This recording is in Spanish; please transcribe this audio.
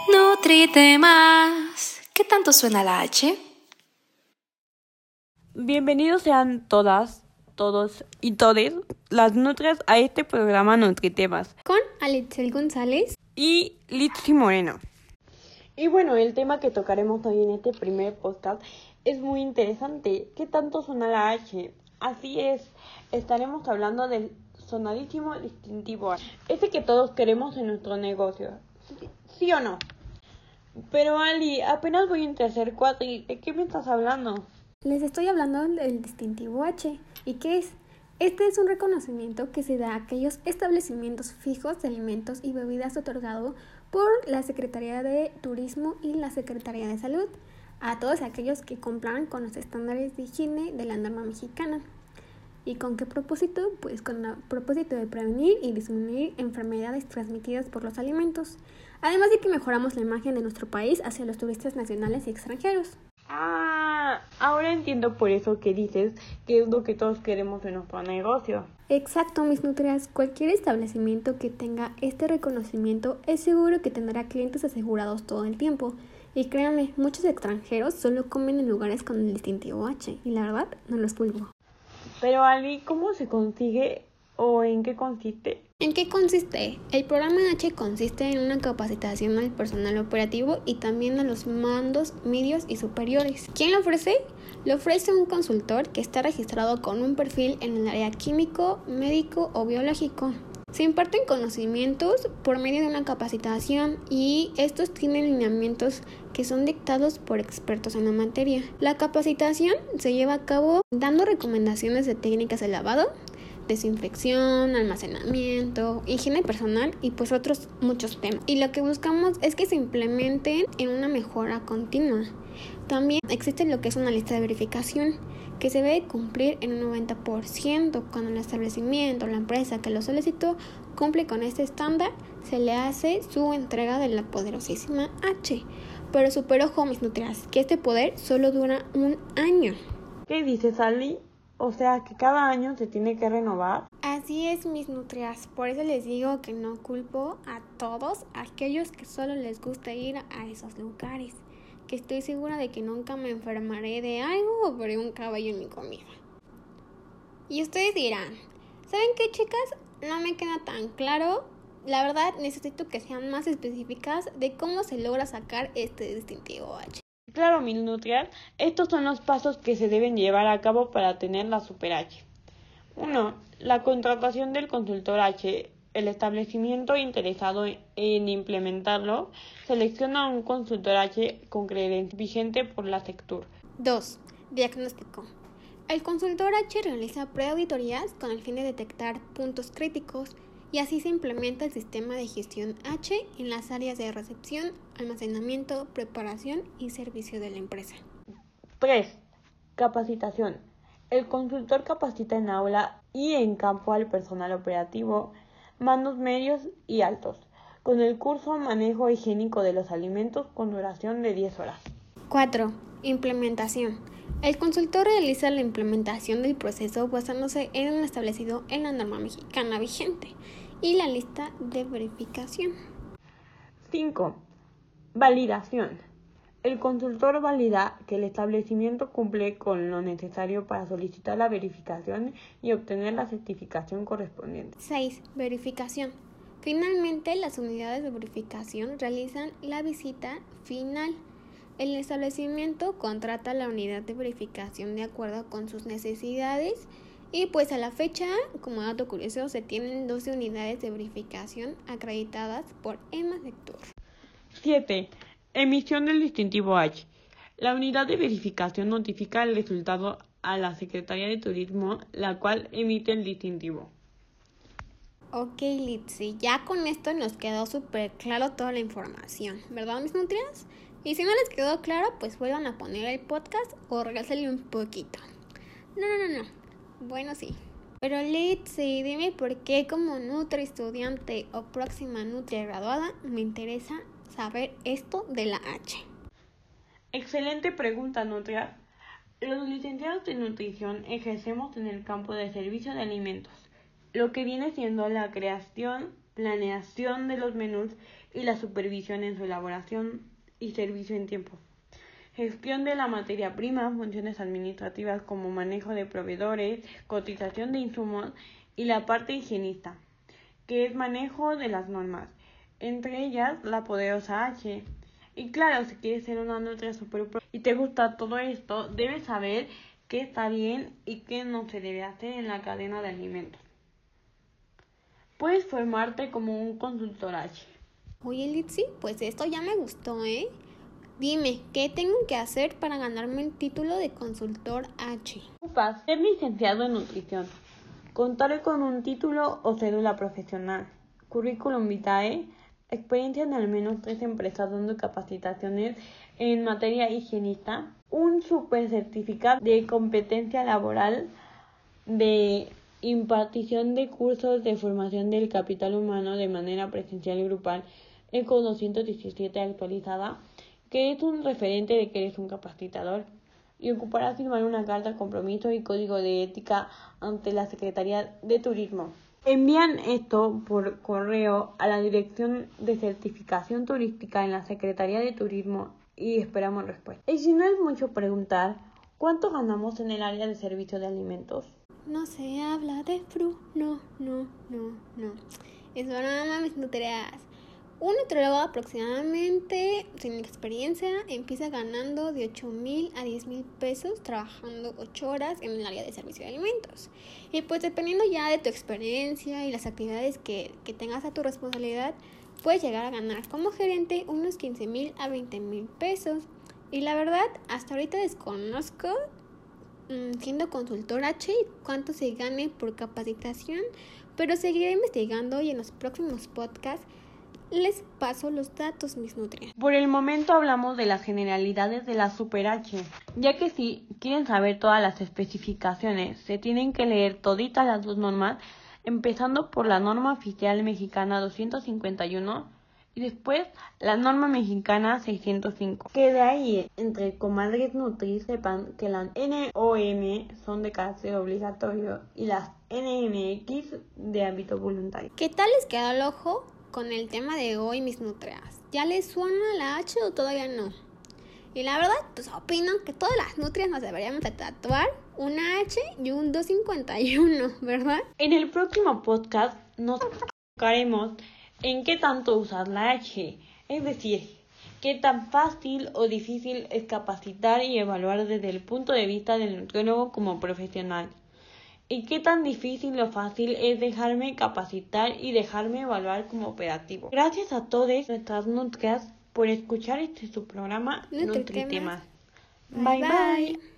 Nutritemas. ¿Qué tanto suena la H? Bienvenidos sean todas, todos y todes las nutrias a este programa Nutritemas con Alitzel González y Litsi Moreno. Y bueno, el tema que tocaremos hoy en este primer podcast es muy interesante. ¿Qué tanto suena la H? Así es, estaremos hablando del sonadísimo distintivo H, ese que todos queremos en nuestro negocio. ¿Sí o no? Pero Ali, apenas voy en tercer cuatri, ¿de qué me estás hablando? Les estoy hablando del distintivo H. ¿Y qué es? Este es un reconocimiento que se da a aquellos establecimientos fijos de alimentos y bebidas otorgado por la Secretaría de Turismo y la Secretaría de Salud a todos aquellos que cumplan con los estándares de higiene de la norma mexicana. ¿Y con qué propósito? Pues con el propósito de prevenir y disminuir enfermedades transmitidas por los alimentos, además de que mejoramos la imagen de nuestro país hacia los turistas nacionales y extranjeros. Ahora entiendo por eso que dices que es lo que todos queremos en nuestro negocio. Exacto, mis nutrias. Cualquier establecimiento que tenga este reconocimiento es seguro que tendrá clientes asegurados todo el tiempo. Y créanme, muchos extranjeros solo comen en lugares con el distintivo H, y la verdad, no los culpo. Pero Ali, ¿cómo se consigue o en qué consiste? ¿En qué consiste? El programa H consiste en una capacitación al personal operativo y también a los mandos medios y superiores. ¿Quién lo ofrece? Lo ofrece un consultor que está registrado con un perfil en el área químico, médico o biológico. Se imparten conocimientos por medio de una capacitación y estos tienen lineamientos que son dictados por expertos en la materia. La capacitación se lleva a cabo dando recomendaciones de técnicas de lavado, desinfección, almacenamiento, higiene personal y pues otros muchos temas. Y lo que buscamos es que se implementen en una mejora continua. También existe lo que es una lista de verificación que se debe cumplir en un 90%. Cuando el establecimiento, la empresa que lo solicitó cumple con este estándar, se le hace su entrega de la poderosísima H. Pero super ojo, mis nutrias, que este poder solo dura un año. ¿Qué dices, Ali? O sea, que cada año se tiene que renovar. Así es, mis nutrias. Por eso les digo que no culpo a todos aquellos que solo les gusta ir a esos lugares, que estoy segura de que nunca me enfermaré de algo o veré un caballo en mi comida. Y ustedes dirán, ¿saben qué, chicas? No me queda tan claro. La verdad, necesito que sean más específicas de cómo se logra sacar este distintivo H. Claro, mis nutrias, estos son los pasos que se deben llevar a cabo para tener la Super H. 1. La contratación del consultor H. El establecimiento interesado en implementarlo selecciona a un consultor H con credencial vigente por la Sectur. 2. Diagnóstico. El consultor H realiza preauditorías con el fin de detectar puntos críticos y así se implementa el sistema de gestión H en las áreas de recepción, almacenamiento, preparación y servicio de la empresa. 3. Capacitación. El consultor capacita en aula y en campo al personal operativo, mandos medios y altos, con el curso Manejo Higiénico de los Alimentos con duración de 10 horas. 4. Implementación. El consultor realiza la implementación del proceso basándose en lo establecido en la norma mexicana vigente y la lista de verificación. 5. Validación. El consultor valida que el establecimiento cumple con lo necesario para solicitar la verificación y obtener la certificación correspondiente. 6. Verificación. Finalmente, las unidades de verificación realizan la visita final. El establecimiento contrata la unidad de verificación de acuerdo con sus necesidades y pues a la fecha, como dato curioso, se tienen 12 unidades de verificación acreditadas por EMASECTUR. 7. Emisión del distintivo H. La unidad de verificación notifica el resultado a la Secretaría de Turismo, la cual emite el distintivo. Ok, Litsi, ya con esto nos quedó súper claro toda la información, ¿verdad, mis nutrias? Y si no les quedó claro, pues vuelvan a poner el podcast o regálsenle un poquito. No. Bueno, sí. Pero Litsi, dime por qué como Nutri estudiante o próxima Nutria graduada me interesa saber esto de la H. Excelente pregunta, Nutria. Los licenciados en nutrición ejercemos en el campo de servicio de alimentos, lo que viene siendo la creación, planeación de los menús y la supervisión en su elaboración y servicio en tiempo. Gestión de la materia prima, funciones administrativas como manejo de proveedores, cotización de insumos y la parte higienista, que es manejo de las normas, entre ellas la poderosa H. Y claro, si quieres ser una nutria super pro y te gusta todo esto, debes saber qué está bien y qué no se debe hacer en la cadena de alimentos. Puedes formarte como un consultor H. Oye, Litzy, pues esto ya me gustó, ¿eh? Dime, ¿qué tengo que hacer para ganarme el título de consultor H? Ser licenciado en nutrición. Contar con un título o cédula profesional. Currículum vitae. Experiencia en al menos 3 empresas dando capacitaciones en materia higienista. Un super certificado de competencia laboral, de impartición de cursos de formación del capital humano de manera presencial y grupal, ECO 217 actualizada, que es un referente de que eres un capacitador, y ocuparás firmar una carta de compromiso y código de ética ante la Secretaría de Turismo. Envían esto por correo a la Dirección de Certificación Turística en la Secretaría de Turismo y esperamos respuesta. Y si no es mucho preguntar, ¿cuánto ganamos en el área de servicio de alimentos? No se habla de no. Es broma, mis nutrias. Un nutriólogo aproximadamente, sin experiencia, empieza ganando de 8,000 a 10,000 pesos trabajando 8 horas en el área de servicio de alimentos. Y pues dependiendo ya de tu experiencia y las actividades que tengas a tu responsabilidad, puedes llegar a ganar como gerente unos 15,000 a 20,000 pesos. Y la verdad, hasta ahorita desconozco, siendo consultor H, cuánto se gane por capacitación, pero seguiré investigando y en los próximos podcasts les paso los datos, mis nutrias. Por el momento hablamos de las generalidades de la Super H, ya que si quieren saber todas las especificaciones, se tienen que leer toditas las 2 normas, empezando por la norma oficial mexicana 251 y después la norma mexicana 605. Que de ahí, entre comadres nutris, sepan que las NOM son de carácter obligatorio y las NMX de ámbito voluntario. ¿Qué tal les quedó el ojo con el tema de hoy, mis nutrias? ¿Ya les suena la H o todavía no? Y la verdad, pues opino que todas las nutrias nos deberíamos de tatuar una H y un 251, ¿verdad? En el próximo podcast nos enfocaremos en qué tanto usas la H, es decir, qué tan fácil o difícil es capacitar y evaluar desde el punto de vista del nutriólogo como profesional. Y qué tan difícil o fácil es dejarme capacitar y dejarme evaluar como operativo. Gracias a todas nuestras nutrias por escuchar su programa Nutritemas. Bye bye.